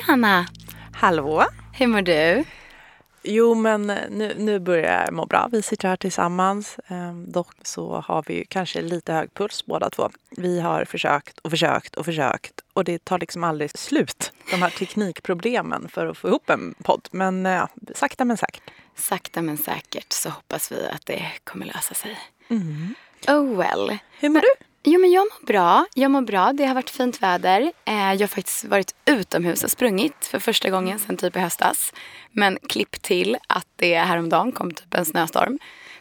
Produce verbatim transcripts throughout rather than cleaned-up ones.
Hanna! Hallå! Hur mår du? Jo, men nu, nu börjar jag må bra. Vi sitter här tillsammans. Ehm, dock så har vi kanske lite hög puls båda två. Vi har försökt och försökt och försökt. Och det tar liksom aldrig slut, de här teknikproblemen för att få ihop en podd. Men ja, sakta men säkert. Sakta men säkert så hoppas vi att det kommer lösa sig. Mm. Oh well. Hur mår du? Jo, men jag mår bra. Jag mår bra. Det har varit fint väder. Eh, jag har faktiskt varit utomhus och sprungit för första gången sedan typ i höstas. Men klipp till att det häromdagen kom typ en snöstorm.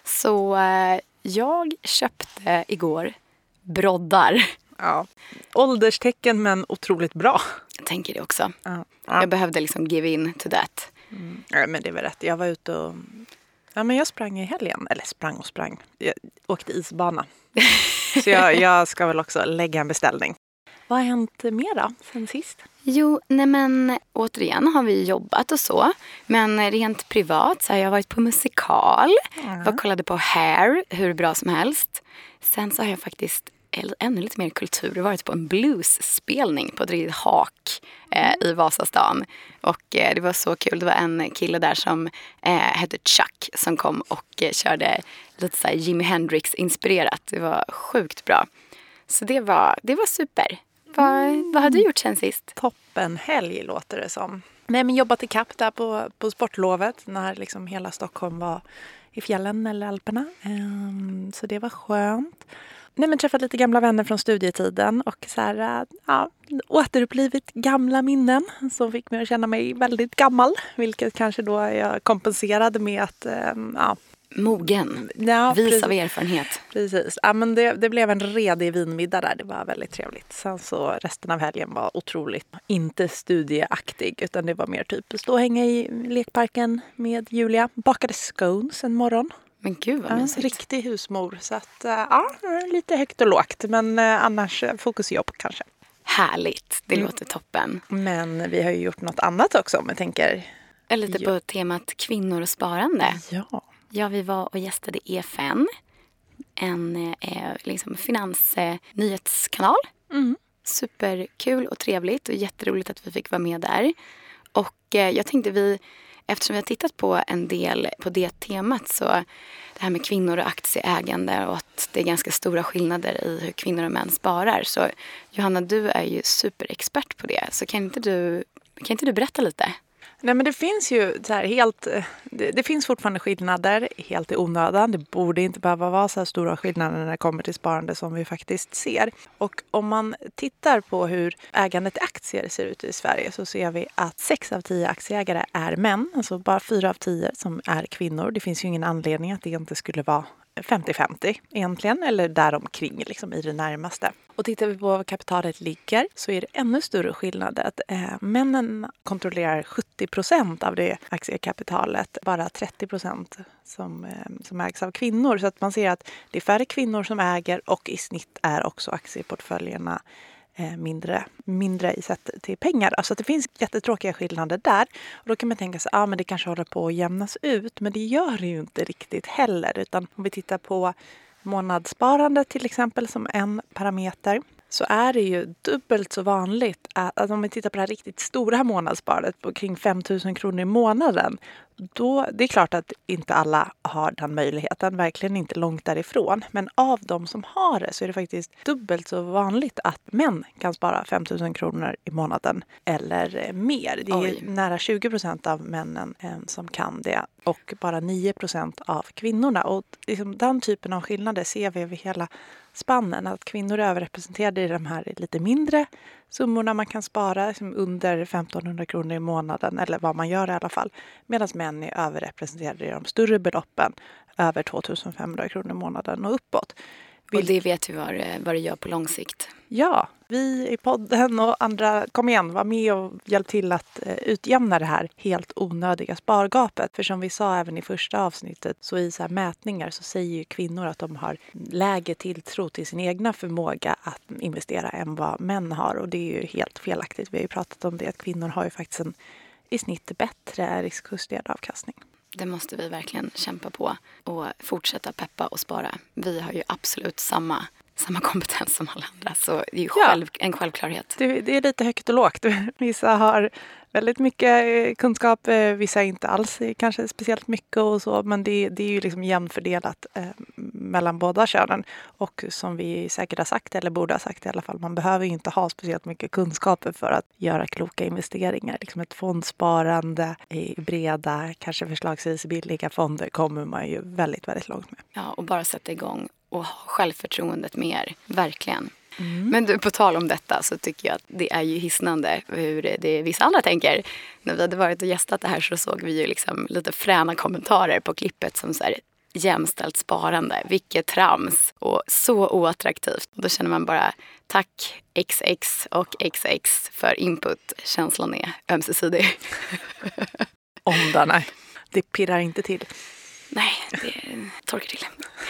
Så eh, jag köpte igår broddar. Ja, ålderstecken men otroligt bra. Jag tänker det också. Ja. Ja. Jag behövde liksom give in to that. Mm. Ja, men det var rätt. Jag var ute och... Ja, men jag sprang i helgen. Eller sprang och sprang. Jag åkte isbana. Så jag, jag ska väl också lägga en beställning. Vad har hänt mer då sen sist? Jo, nej men återigen har vi jobbat och så. Men rent privat så har jag varit på musikal. Mm. Jag kollade på Hair, hur bra som helst. Sen så har jag faktiskt ännu lite mer kultur. Varit på en bluesspelning på ett riktigt hak eh, i Vasastan. Och eh, det var så kul. Det var en kille där som eh, hette Chuck som kom och eh, körde lite så här Jimi Hendrix-inspirerat. Det var sjukt bra. Så det var, det var super. Vad, mm. vad har du gjort sen sist? Toppen helg låter det som. Nej, men jobbat i kapp där på, på sportlovet när liksom hela Stockholm var i fjällen eller Alperna. Um, så det var skönt. Nej, men träffat lite gamla vänner från studietiden och så här, ja, återupplivit gamla minnen som fick mig att känna mig väldigt gammal. Vilket kanske då jag kompenserade med att, um, ja. Mogen. Ja, vis av erfarenhet. Precis. Ja, men det, det blev en redig vinmiddag där. Det var väldigt trevligt. Sen så resten av helgen var otroligt inte studieaktig. Utan det var mer typ stå och hänga i lekparken med Julia. Bakade scones en morgon. Men gud vad ja, mysigt. Riktig husmor. Så att, ja, lite högt och lågt. Men annars fokusjobb kanske. Härligt. Det mm. låter toppen. Men vi har ju gjort något annat också om jag tänker. Lite på temat kvinnor och sparande. Ja. Ja, vi var och gästade E F N, en eh, liksom finansnyhetskanal. Eh, mm. Superkul och trevligt och jätteroligt att vi fick vara med där. Och eh, jag tänkte vi, eftersom vi har tittat på en del på det temat, så det här med kvinnor och aktieägande och att det är ganska stora skillnader i hur kvinnor och män sparar. Så Johanna, du är ju superexpert på det. Så kan inte du, kan inte du berätta lite? Nej, men det finns ju så här helt, det, det finns fortfarande skillnader helt i onödan. Det borde inte behöva vara så här stora skillnader när det kommer till sparande som vi faktiskt ser. Och om man tittar på hur ägandet i aktier ser ut i Sverige så ser vi att sex av tio aktieägare är män. Alltså bara fyra av tio som är kvinnor. Det finns ju ingen anledning att det inte skulle vara femtio femtio egentligen, eller däromkring liksom i det närmaste. Och tittar vi på var kapitalet ligger så är det ännu större skillnad att eh, männen kontrollerar sjuttio procent av det aktiekapitalet, bara trettio procent som, eh, som ägs av kvinnor. Så att man ser att det är färre kvinnor som äger och i snitt är också aktieportföljerna eh, mindre, mindre i sätt till pengar. Alltså att det finns jättetråkiga skillnader där. Och då kan man tänka sig att ah, men det kanske håller på att jämnas ut, men det gör det ju inte riktigt heller. Utan om vi tittar på månadssparande till exempel som en parameter så är det ju dubbelt så vanligt att, att om vi tittar på det här riktigt stora månadssparandet på kring fem tusen kronor i månaden, då det är klart att inte alla har den möjligheten, verkligen inte långt därifrån. Men av de som har det så är det faktiskt dubbelt så vanligt att män kan spara fem tusen kronor i månaden eller mer. Det är Oj. nära tjugo procent av männen eh, som kan det och bara nio procent av kvinnorna. Och liksom, den typen av skillnader ser vi över hela spannen, att kvinnor är överrepresenterade i de här lite mindre summorna man kan spara, liksom under femtonhundra kronor i månaden eller vad man gör i alla fall, medan män är överrepresenterade i de större beloppen, över tvåtusenfemhundra kronor i månaden och uppåt. Och det vet vi vad, vad det gör på lång sikt. Ja, vi i podden och andra, kom igen, var med och hjälp till att utjämna det här helt onödiga spargapet. För som vi sa även i första avsnittet, så i så här mätningar så säger ju kvinnor att de har lägre tilltro till sin egna förmåga att investera än vad män har. Och det är ju helt felaktigt. Vi har ju pratat om det, att kvinnor har ju faktiskt en i snitt bättre riskjusterad avkastning. Det måste vi verkligen kämpa på och fortsätta peppa och spara. Vi har ju absolut samma, samma kompetens som alla andra, så det är ju själv, ja. en självklarhet. Det, det är lite högt och lågt. Vissa har väldigt mycket kunskap, vissa inte alls kanske speciellt mycket och så, men det, det är ju liksom jämnfördelat eh, mellan båda könen. Och som vi säkert har sagt, eller borde ha sagt i alla fall, man behöver ju inte ha speciellt mycket kunskaper för att göra kloka investeringar. Liksom ett fondsparande i breda, kanske förslagsvis billiga fonder kommer man ju väldigt, väldigt långt med. Ja, och bara sätta igång och ha självförtroendet med er, verkligen. Mm. Men du, på tal om detta så tycker jag att det är ju hisnande hur det vissa andra tänker. När vi hade varit och gästat det här så såg vi ju liksom lite fräna kommentarer på klippet som så här, jämställt sparande, vilket trams och så oattraktivt. Då känner man bara tack X X och X X för input. Känslan är ömsesidig. Om det, nej. Det pirrar inte till. Nej, det torkar till.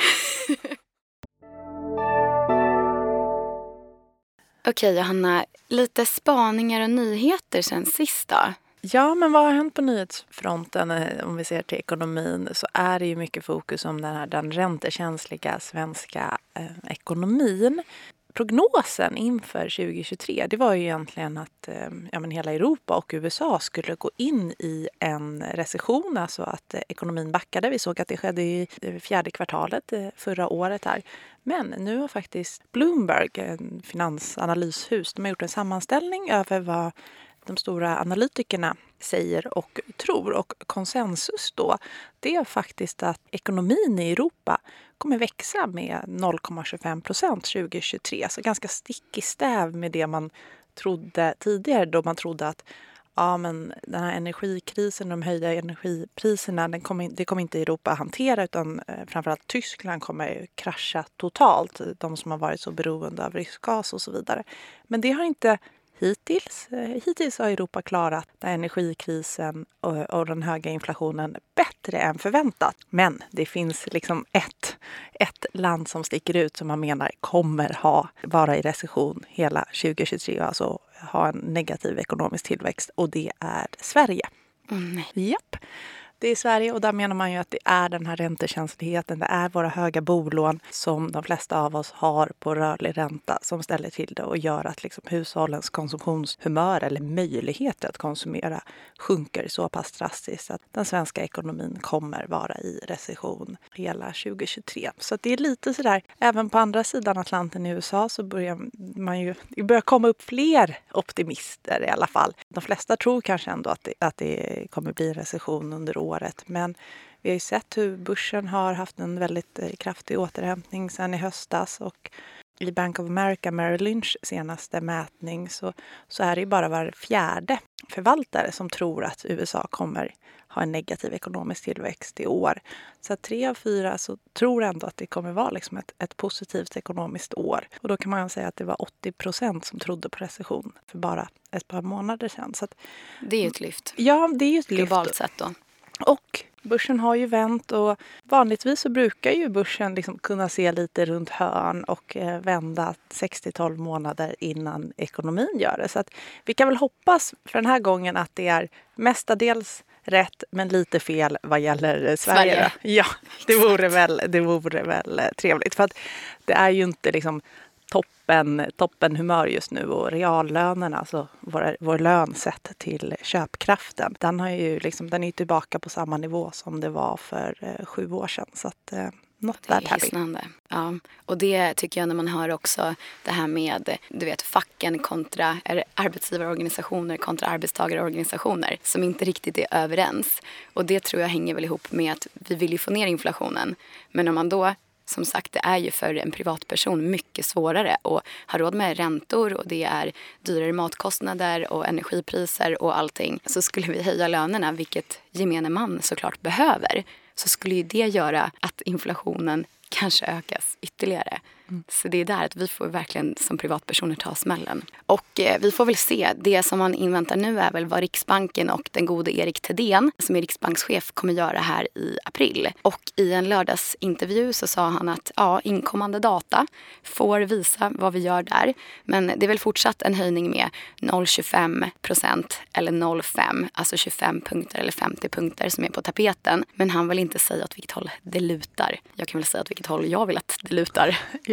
Okej, Johanna. Lite spaningar och nyheter sen sist då? Ja, men vad har hänt på nyhetsfronten om vi ser till ekonomin så är det ju mycket fokus om den här den räntekänsliga svenska eh, ekonomin. Prognosen inför tjugo tjugotre det var ju egentligen att eh, ja, men hela Europa och U S A skulle gå in i en recession, alltså att eh, ekonomin backade. Vi såg att det skedde i fjärde kvartalet eh, förra året här. Men nu har faktiskt Bloomberg, en finansanalyshus, de har gjort en sammanställning över vad de stora analytikerna säger och tror. Och konsensus då, det är faktiskt att ekonomin i Europa kommer växa med noll komma tjugofem procent tjugo tjugotre. Så ganska stick i stäv med det man trodde tidigare, då man trodde att ja, men den här energikrisen, de höjda energipriserna, den kommer, det kommer inte Europa hantera, utan eh, framförallt Tyskland kommer krascha totalt. De som har varit så beroende av rysk gas och så vidare. Men det har inte hittills. Hittills har Europa klarat energikrisen och, och den höga inflationen bättre än förväntat. Men det finns liksom ett, ett land som sticker ut som man menar kommer ha, vara i recession hela tjugo tjugotre, alltså ha en negativ ekonomisk tillväxt, och det är Sverige. Mm. Japp. Det är Sverige, och där menar man ju att det är den här räntekänsligheten, det är våra höga bolån som de flesta av oss har på rörlig ränta som ställer till det och gör att liksom hushållens konsumtionshumör eller möjligheter att konsumera sjunker så pass drastiskt att den svenska ekonomin kommer vara i recession hela tjugo tjugotre. Så att det är lite sådär, även på andra sidan Atlanten i U S A så börjar man ju, det börjar komma upp fler optimister i alla fall. De flesta tror kanske ändå att det, att det kommer bli recession under året. Men vi har ju sett hur börsen har haft en väldigt kraftig återhämtning sedan i höstas, och i Bank of America Merrill Lynch senaste mätning så, så är det ju bara var fjärde förvaltare som tror att U S A kommer ha en negativ ekonomisk tillväxt i år. Så att tre av fyra så tror ändå att det kommer vara liksom ett, ett positivt ekonomiskt år. Och då kan man säga att det var åttio procent som trodde på recession för bara ett par månader sedan. Så att, det är ju ett lyft. Ja, det är ju ett lyft. Globalt sett då. Och börsen har ju vänt, och vanligtvis så brukar ju börsen liksom kunna se lite runt hörn och eh, vända sex till tolv månader innan ekonomin gör det. Så att vi kan väl hoppas för den här gången att det är mestadels rätt men lite fel vad gäller Sverige. Sverige. Ja, det vore väl, det vore väl trevligt, för att det är ju inte liksom toppen, toppen humör just nu, och reallönerna, alltså vår, vår lön sett till köpkraften, den, har ju liksom, den är ju tillbaka på samma nivå som det var för eh, sju år sedan. Så att eh, något det är där hisnande. Ja, och det tycker jag när man hör också det här med, du vet, facken kontra är arbetsgivarorganisationer kontra arbetstagarorganisationer som inte riktigt är överens. Och det tror jag hänger väl ihop med att vi vill ju få ner inflationen. Men om man då, som sagt, det är ju för en privatperson mycket svårare att ha råd med räntor, och det är dyrare matkostnader och energipriser och allting. Så skulle vi höja lönerna, vilket gemene man såklart behöver, så skulle ju det göra att inflationen kanske ökas ytterligare. Mm. Så det är där att vi får verkligen som privatpersoner ta smällen. Och eh, vi får väl se. Det som man inväntar nu är väl vad Riksbanken och den gode Erik Thedéen, som är riksbankschef, kommer göra här i april. Och i en lördagsintervju så sa han att ja, inkommande data får visa vad vi gör där. Men det är väl fortsatt en höjning med noll komma tjugofem procent eller noll komma fem, alltså tjugofem punkter eller femtio punkter som är på tapeten. Men han vill inte säga åt vilket håll det lutar. Jag kan väl säga åt vilket håll jag vill att det lutar. Ja,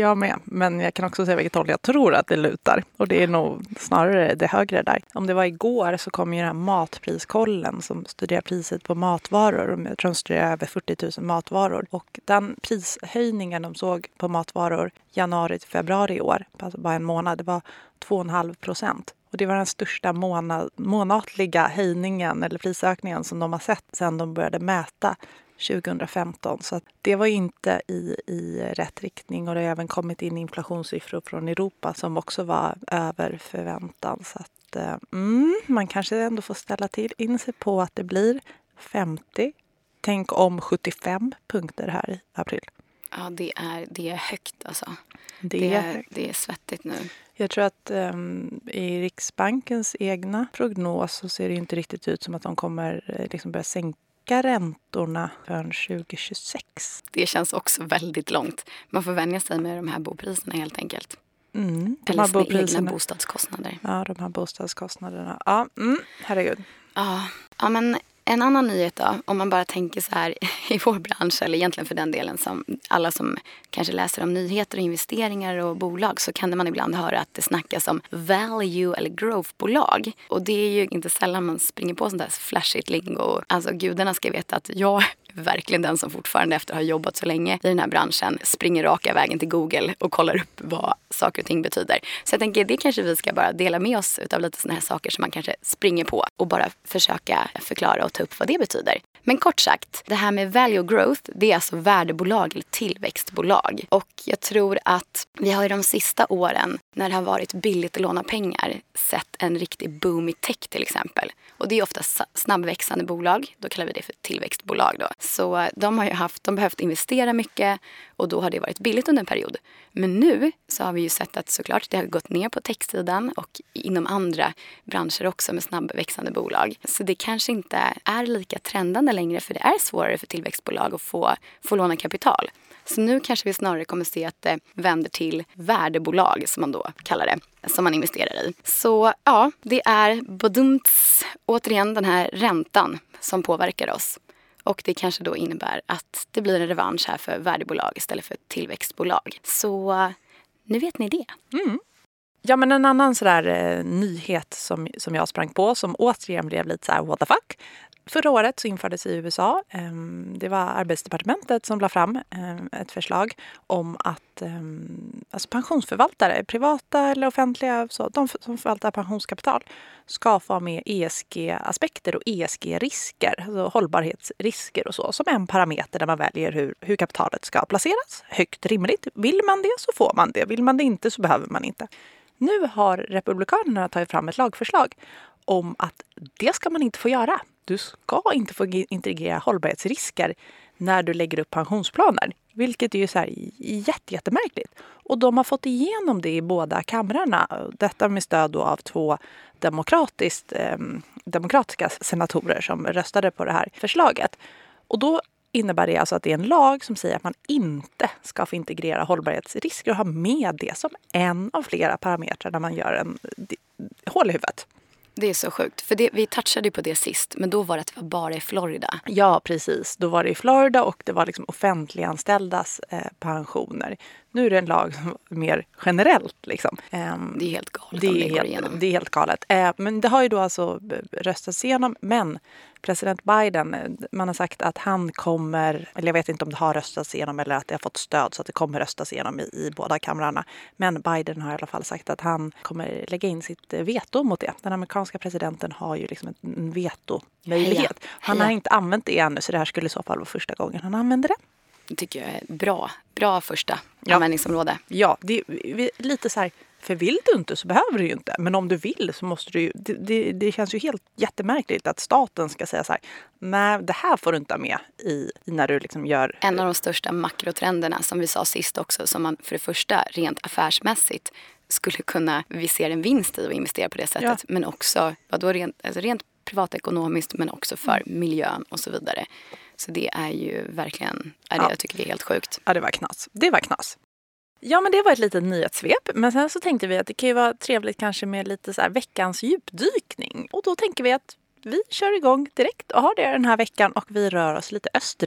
jag med. Men jag kan också säga vilket håll jag tror att det lutar. Och det är nog snarare det högre där. Om det var igår så kom ju den här matpriskollen som studerar priset på matvaror. Jag tror de studerar över fyrtio tusen matvaror. Och den prishöjningen de såg på matvaror januari till februari i år, alltså bara en månad, det var två komma fem procent. Och det var den största månad, månatliga höjningen eller prisökningen som de har sett sedan de började mäta tjugohundrafemton. Så att det var inte i, i rätt riktning, och det har även kommit in inflationssiffror från Europa som också var över förväntan. Så att mm, man kanske ändå får ställa till in sig på att det blir femtio. Tänk om sjuttiofem punkter här i april. Ja, det är, det är högt alltså. Det, det, är, är, det är svettigt nu. Jag tror att um, i Riksbankens egna prognos så ser det inte riktigt ut som att de kommer eh, liksom börja sänka räntorna förrän tjugo tjugosex. Det känns också väldigt långt. Man får vänja sig med de här bopriserna helt enkelt. Mm, de Eller här sina bopriserna. egna bostadskostnader. Ja, de här bostadskostnaderna. Ja, mm, herregud. Ja, ja, men en annan nyhet då, om man bara tänker så här i vår bransch, eller egentligen för den delen som alla som kanske läser om nyheter och investeringar och bolag, så kan man ibland höra att det snackas om value eller growth-bolag. Och det är ju inte sällan man springer på sånt där flashigt lingo. Alltså gudarna ska veta att jag är verkligen den som fortfarande efter att ha jobbat så länge i den här branschen springer raka vägen till Google och kollar upp vad saker och ting betyder. Så jag tänker det kanske vi ska bara dela med oss av lite såna här saker som man kanske springer på och bara försöka förklara och ta upp vad det betyder. Men kort sagt, det här med value growth, det är alltså värdebolag eller tillväxtbolag. Och jag tror att vi har i de sista åren, när det har varit billigt att låna pengar, sett en riktig boom i tech till exempel. Och det är ofta snabbväxande bolag, då kallar vi det för tillväxtbolag då. Så de har ju haft, de behövt investera mycket och då har det varit billigt under en period. Men nu så har vi ju sett att såklart det har gått ner på techsidan och inom andra branscher också med snabbväxande bolag. Så det kanske inte är lika trendande längre, för det är svårare för tillväxtbolag att få, få låna kapital. Så nu kanske vi snarare kommer se att det vänder till värdebolag som man då kallar det, som man investerar i. Så ja, det är badumts, återigen den här räntan som påverkar oss. Och det kanske då innebär att det blir en revansch här för värdebolag istället för tillväxtbolag. Så nu vet ni det. Mm. Ja, men en annan sådär eh, nyhet som, som jag sprang på som återigen blev lite så här what the fuck. Förra året så infördes i U S A, eh, det var arbetsdepartementet som la fram eh, ett förslag om att eh, alltså pensionsförvaltare, privata eller offentliga, så, de som förvaltar pensionskapital ska få ha med E S G-aspekter och E S G-risker, alltså hållbarhetsrisker och så, som en parameter där man väljer hur, hur kapitalet ska placeras. Högt rimligt. Vill man det så får man det. Vill man det inte så behöver man inte. Nu har Republikanerna tagit fram ett lagförslag om att det ska man inte få göra. Du ska inte få integrera hållbarhetsrisker när du lägger upp pensionsplaner. Vilket är ju så här jätte, jättemärkligt. Och de har fått igenom det i båda kamrarna. Detta med stöd av två demokratiskt, eh, demokratiska senatorer som röstade på det här förslaget. Och då innebär det alltså att det är en lag som säger att man inte ska få integrera hållbarhetsrisker och ha med det som en av flera parametrar när man gör en hål i huvudet. Det är så sjukt. För det, vi touchade ju på det sist, men då var det att det var bara i Florida. Ja, precis. Då var det i Florida och det var liksom offentliganställdas eh, pensioner. Nu är det en lag som är mer generellt. Liksom. Um, det är helt galet det om det är går helt, igenom. Det är helt galet. Eh, men det har ju då alltså röstats igenom. Men president Biden, man har sagt att han kommer, eller jag vet inte om det har röstats igenom eller att det har fått stöd så att det kommer röstas igenom i, i båda kamrarna. Men Biden har i alla fall sagt att han kommer lägga in sitt veto mot det. Den amerikanska presidenten har ju liksom en vetomöjlighet. Heja. Han Heja. har inte använt det ännu, så det här skulle i så fall vara första gången han använder det. Det tycker jag är bra. Bra första Ja. användningsområde. Ja, det är lite så här, för vill du inte så behöver du ju inte. Men om du vill så måste du ju, det, det, det känns ju helt jättemärkligt att staten ska säga så här, nej det här får du inte ha med i, när du liksom gör. En av de största makrotrenderna som vi sa sist också, som man för det första rent affärsmässigt skulle kunna, vi ser en vinst i att investera på det sättet. Ja. Men också, vadå, rent, alltså rent privatekonomiskt men också för miljön och så vidare. Så det är ju verkligen, är det, ja. jag tycker det är helt sjukt. Ja, det var knas. Det var knas. Ja, men det var ett litet nyhetssvep. Men sen så tänkte vi att det kan ju vara trevligt kanske med lite så här veckans djupdykning. Och då tänker vi att vi kör igång direkt och har det den här veckan och vi rör oss lite österut.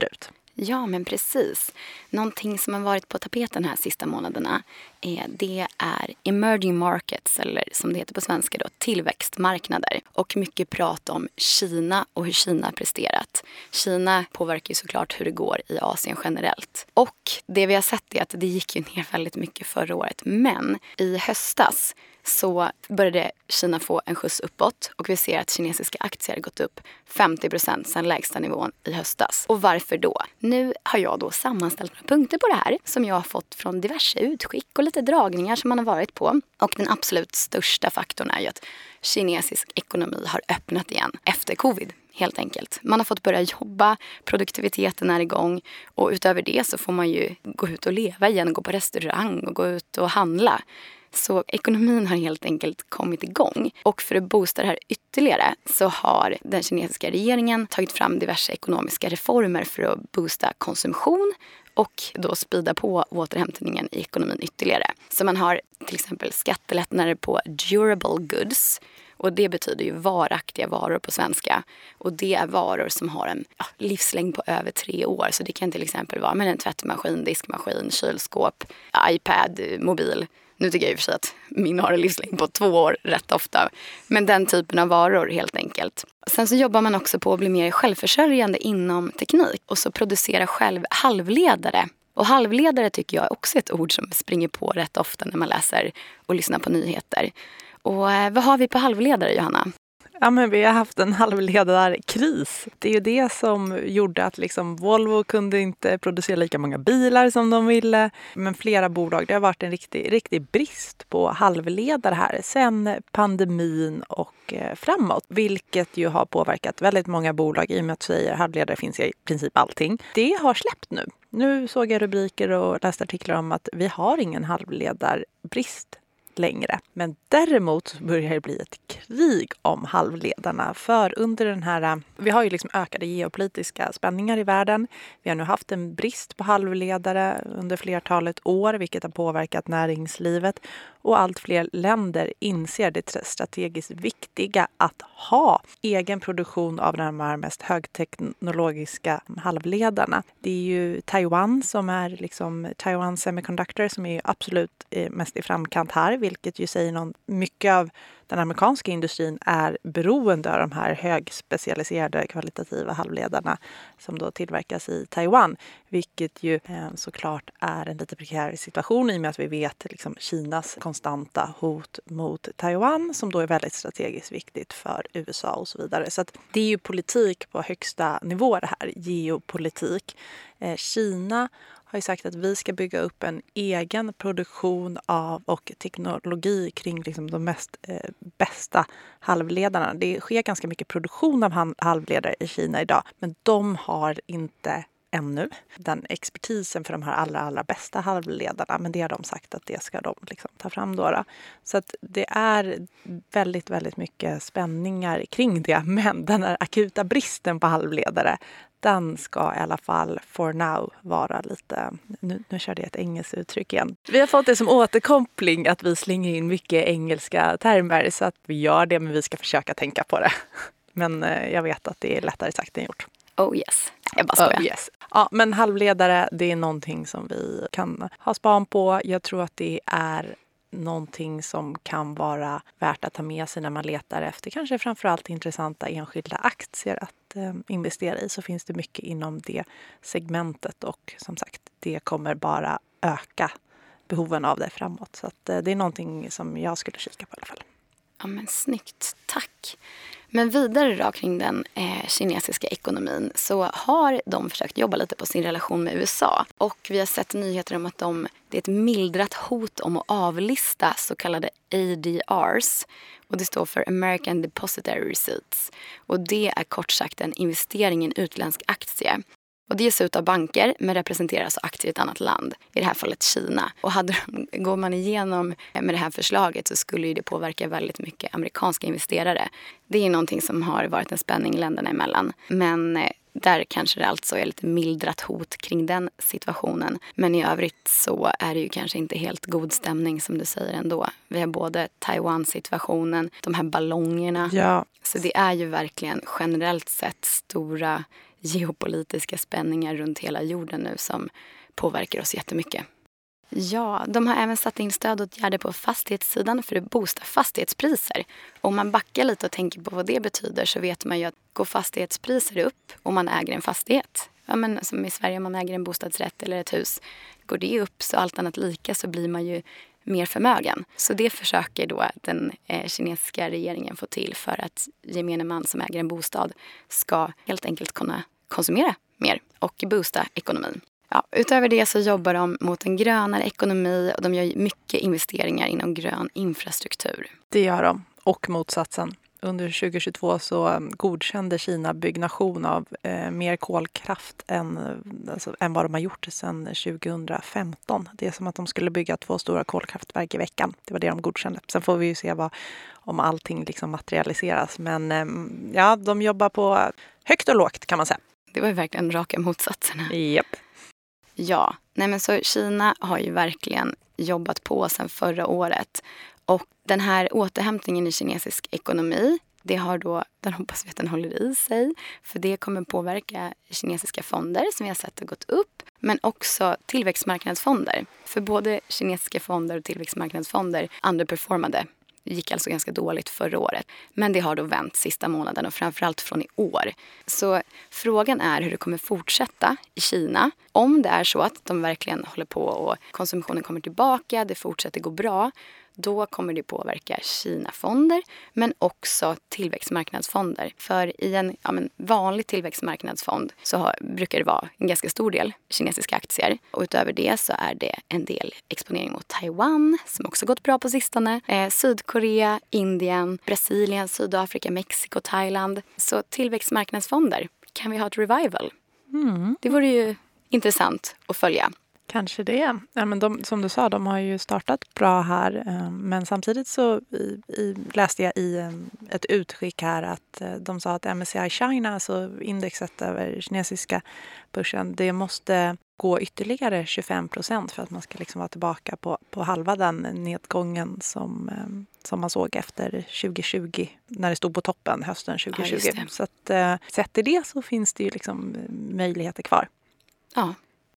Ja, men precis. Någonting som har varit på tapeten här sista månaderna är, det är emerging markets, eller som det heter på svenska då, tillväxtmarknader. Och mycket prat om Kina och hur Kina har presterat. Kina påverkar ju såklart hur det går i Asien generellt. Och det vi har sett är att det gick ju ner väldigt mycket förra året. Men i höstas så började Kina få en skjuts uppåt och vi ser att kinesiska aktier har gått upp femtio procent sedan lägsta nivån i höstas. Och varför då? Nu har jag då sammanställt några punkter på det här som jag har fått från diverse utskick och lite dragningar som man har varit på. Och den absolut största faktorn är ju att kinesisk ekonomi har öppnat igen efter covid. Helt enkelt. Man har fått börja jobba, produktiviteten är igång och utöver det så får man ju gå ut och leva igen, gå på restaurang och gå ut och handla. Så ekonomin har helt enkelt kommit igång. Och för att boosta det här ytterligare så har den kinesiska regeringen tagit fram diverse ekonomiska reformer för att boosta konsumtion och då spida på återhämtningen i ekonomin ytterligare. Så man har till exempel skattelättnader på durable goods. Och det betyder ju varaktiga varor på svenska. Och det är varor som har en ja, livslängd på över tre år. Så det kan till exempel vara men en tvättmaskin, diskmaskin, kylskåp, iPad, mobil. Nu tycker jag i och för sig att min har en livslängd på två år rätt ofta. Men den typen av varor helt enkelt. Sen så jobbar man också på att bli mer självförsörjande inom teknik. Och så producera själv halvledare. Och halvledare tycker jag är också ett ord som springer på rätt ofta när man läser och lyssnar på nyheter. Och eh, vad har vi på halvledare, Johanna? Ja, men vi har haft en halvledarkris. Det är ju det som gjorde att liksom Volvo kunde inte producera lika många bilar som de ville. Men flera bolag, det har varit en riktig, riktig brist på halvledare här sen pandemin och eh, framåt. Vilket ju har påverkat väldigt många bolag i och med att säger halvledare finns i princip allting. Det har släppt nu. Nu såg jag rubriker och läste artiklar om att vi har ingen halvledarbrist längre. Men däremot börjar det bli ett krig om halvledarna. För under den här, vi har ju liksom ökade geopolitiska spänningar i världen. Vi har nu haft en brist på halvledare under flertalet år, vilket har påverkat näringslivet. Och allt fler länder inser det strategiskt viktiga att ha egen produktion av de här mest högteknologiska halvledarna. Det är ju Taiwan som är liksom Taiwan Semiconductor som är absolut mest i framkant här, vilket ju säger någon, mycket av den amerikanska industrin är beroende av de här högspecialiserade kvalitativa halvledarna som då tillverkas i Taiwan. Vilket ju eh, såklart är en lite prekär situation i och med att vi vet liksom, Kinas konstanta hot mot Taiwan som då är väldigt strategiskt viktigt för U S A och så vidare. Så att det är ju politik på högsta nivå det här, geopolitik. Eh, Kina har ju sagt att vi ska bygga upp en egen produktion av och teknologi kring liksom de mest eh, bästa halvledarna. Det sker ganska mycket produktion av halvledare i Kina idag, men de har inte ännu den expertisen för de här allra, allra bästa halvledarna. Men det har de sagt att det ska de liksom ta fram då, då. Så att det är väldigt, väldigt mycket spänningar kring det. Men den här akuta bristen på halvledare, den ska i alla fall for now vara lite... Nu, nu körde jag ett engelskt uttryck igen. Vi har fått det som återkoppling att vi slänger in mycket engelska termer. Så att vi gör det, men vi ska försöka tänka på det. Men eh, jag vet att det är lättare sagt än gjort. Oh yes, jag bara skojar. Oh yes. Ja, men halvledare, det är någonting som vi kan ha span på. Jag tror att det är någonting som kan vara värt att ta med sig när man letar efter kanske framförallt intressanta enskilda aktier att eh, investera i. Så finns det mycket inom det segmentet och som sagt, det kommer bara öka behoven av det framåt. Så att, eh, det är någonting som jag skulle kika på i alla fall. Ja, men snyggt. Tack. Men vidare då kring den eh, kinesiska ekonomin så har de försökt jobba lite på sin relation med U S A. Och vi har sett nyheter om att de, det är ett mildrat hot om att avlista så kallade A D Rs. Och det står för American Depositary Receipts. Och det är kort sagt en investering i en utländsk aktie. Och det ges ut av banker men representerar alltså aktier i ett annat land. I det här fallet Kina. Och hade, går man igenom med det här förslaget så skulle ju det påverka väldigt mycket amerikanska investerare. Det är någonting som har varit en spänning länderna emellan. Men där kanske det alltså är lite mildrat hot kring den situationen. Men i övrigt så är det ju kanske inte helt god stämning som du säger ändå. Vi har både Taiwan-situationen, de här ballongerna. Ja. Så det är ju verkligen generellt sett stora geopolitiska spänningar runt hela jorden nu som påverkar oss jättemycket. Ja, de har även satt in stödåtgärder på fastighetssidan för att boosta fastighetspriser. Om man backar lite och tänker på vad det betyder så vet man ju att går fastighetspriser upp om man äger en fastighet. Ja, men som i Sverige om man äger en bostadsrätt eller ett hus. Går det upp så allt annat lika så blir man ju mer förmögen. Så det försöker då den eh, kinesiska regeringen få till för att gemene man som äger en bostad ska helt enkelt kunna konsumera mer och boosta ekonomin. Ja, utöver det så jobbar de mot en grönare ekonomi och de gör mycket investeringar inom grön infrastruktur. Det gör de. Och motsatsen. Under tjugo tjugotvå så godkände Kina byggnation av eh, mer kolkraft än, alltså, än vad de har gjort sedan tjugohundrafemton. Det är som att de skulle bygga två stora kolkraftverk i veckan. Det var det de godkände. Sen får vi ju se vad, om allting liksom materialiseras. Men eh, ja, de jobbar på högt och lågt kan man säga. Det var ju verkligen raka motsatserna. Japp. Ja, nej men så Kina har ju verkligen jobbat på sedan förra året. Och den här återhämtningen i kinesisk ekonomi, det har då, den hoppas vi att den håller i sig. För det kommer påverka kinesiska fonder som vi har sett har gått upp. Men också tillväxtmarknadsfonder. För både kinesiska fonder och tillväxtmarknadsfonder underperformade. Det gick alltså ganska dåligt förra året. Men det har då vänt sista månaden och framförallt från i år. Så frågan är hur det kommer fortsätta i Kina. Om det är så att de verkligen håller på och konsumtionen kommer tillbaka, det fortsätter gå bra. Då kommer det påverka Kina-fonder men också tillväxtmarknadsfonder. För i en ja, men vanlig tillväxtmarknadsfond så har, brukar det vara en ganska stor del kinesiska aktier. Och utöver det så är det en del exponering mot Taiwan som också gått bra på sistone. Eh, Sydkorea, Indien, Brasilien, Sydafrika, Mexiko, Thailand. Så tillväxtmarknadsfonder, kan vi ha ett revival? Mm. Det vore ju intressant att följa. Kanske det. Ja, men de, som du sa, de har ju startat bra här. Men samtidigt så i, i, läste jag i ett utskick här att de sa att M S C I China, alltså indexet över kinesiska börsen, det måste gå ytterligare tjugofem procent för att man ska liksom vara tillbaka på, på halva den nedgången som, som man såg efter tjugo tjugo när det stod på toppen hösten tjugo tjugo. Ja, så att sett i det så finns det ju liksom möjligheter kvar. Ja.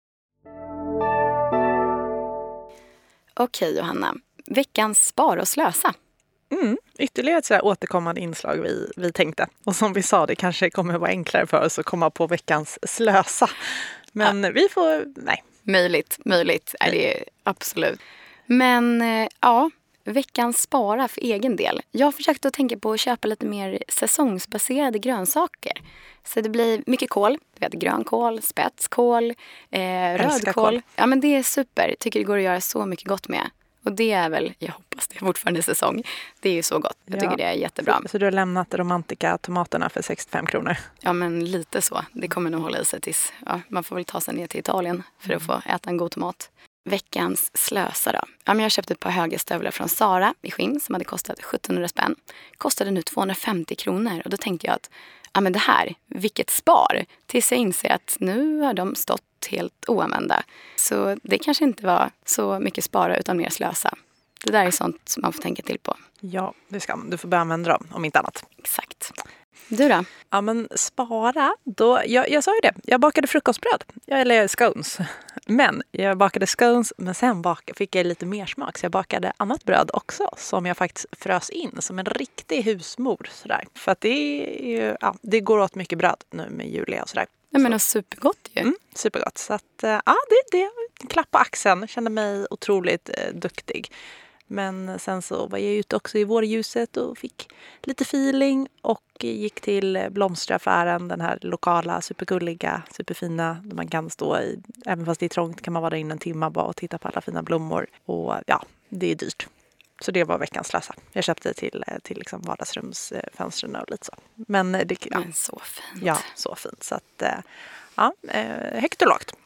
Okej Johanna, veckans spara och slösa. Mm, ytterligare ett sådär återkommande inslag vi, vi tänkte. Och som vi sa, det kanske kommer vara enklare för oss att komma på veckans slösa. Men ja. vi får, nej. Möjligt, möjligt är det absolut. Men ja, veckans spara för egen del. Jag har försökt att tänka på att köpa lite mer säsongsbaserade grönsaker. Så det blir mycket kål. Vi vet grönkål, spetskål, eh, rödkål. Ja, men det är super. Tycker det går att göra så mycket gott med. Och det är väl, jag hoppas det är fortfarande säsong. Det är ju så gott. Jag tycker ja. det är jättebra. Så, så du har lämnat romantika tomaterna för sextiofem kronor? Ja, men lite så. Det kommer nog hålla i sig tills, ja, man får väl ta sig ner till Italien för mm. att få äta en god tomat. Veckans slösa då. Ja, men jag köpte ett par höga stövlar från Zara i skinn som hade kostat sjuttonhundra spänn. Kostade nu tvåhundrafemtio kronor och då tänkte jag att ja, men det här, vilket spar. Tills jag inser att nu har de stått helt oanvända. Så det kanske inte var så mycket spara utan mer slösa. Det där är sånt som man får tänka till på. Ja, det ska du får börja använda dem om inte annat. Exakt. Du då? Ja, men spara. Då, jag, jag sa ju det. Jag bakade frukostbröd. Jag, eller scones. Men jag bakade scones, men sen bak, fick jag lite mer smak. Så jag bakade annat bröd också som jag faktiskt frös in som en riktig husmor. Sådär. För att det, är ju, ja, det går åt mycket bröd nu med Julia och sådär. Ja, men så. Supergott ju. Mm, supergott. Så att, ja, det är det. Klapp på axeln. Kände mig otroligt eh, duktig. Men sen så var jag ute också i vårljuset och fick lite feeling och gick till blomsteraffären, den här lokala, supergulliga, superfina, där man kan stå i, även fast det är trångt kan man vara där inne en timme bara och titta på alla fina blommor. Och ja, det är dyrt. Så det var veckans slösa. Jag köpte till, till liksom vardagsrumsfönstren och lite så. Men det ja, men så fint. Ja, så fint. Så att, ja, högt och lågt.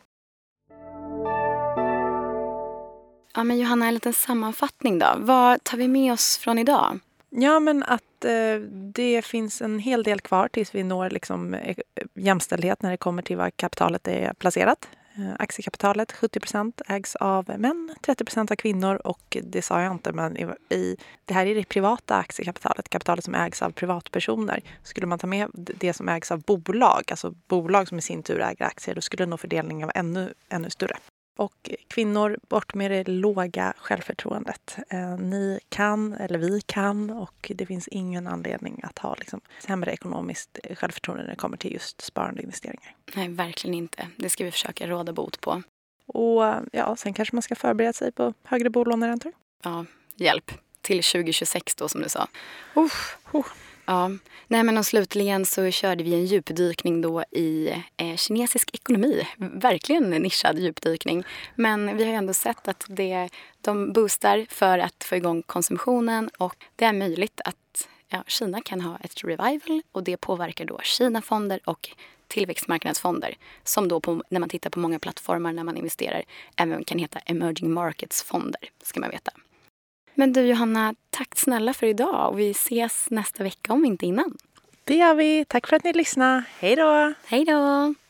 Ja, men Johanna, en liten sammanfattning då. Vad tar vi med oss från idag? Ja, men att eh, det finns en hel del kvar tills vi når liksom, eh, jämställdhet när det kommer till var kapitalet är placerat. Aktiekapitalet sjuttio procent ägs av män, trettio procent av kvinnor och det sa jag inte, men i, i, det här är det privata aktiekapitalet, kapitalet som ägs av privatpersoner. Skulle man ta med det som ägs av bolag, alltså bolag som i sin tur äger aktier, då skulle nog fördelningen vara ännu, ännu större. Och kvinnor, bort med det låga självförtroendet. Eh, ni kan, eller vi kan, och det finns ingen anledning att ha liksom, sämre ekonomiskt självförtroende när det kommer till just sparande investeringar. Nej, verkligen inte. Det ska vi försöka råda bot på. Och ja, sen kanske man ska förbereda sig på högre bolåneräntor. Ja, hjälp. Till tjugo tjugosex då, som du sa. Uff, uh. Ja, nej men och slutligen så körde vi en djupdykning då i eh, kinesisk ekonomi. Verkligen en nischad djupdykning. Men vi har ju ändå sett att det, de boostar för att få igång konsumtionen och det är möjligt att ja, Kina kan ha ett revival och det påverkar då Kina-fonder och tillväxtmarknadsfonder som då på, när man tittar på många plattformar när man investerar även kan heta emerging markets-fonder, ska man veta. Men du Johanna, tack snälla för idag och vi ses nästa vecka om inte innan. Det gör vi. Tack för att ni lyssnade. Hej då! Hej då!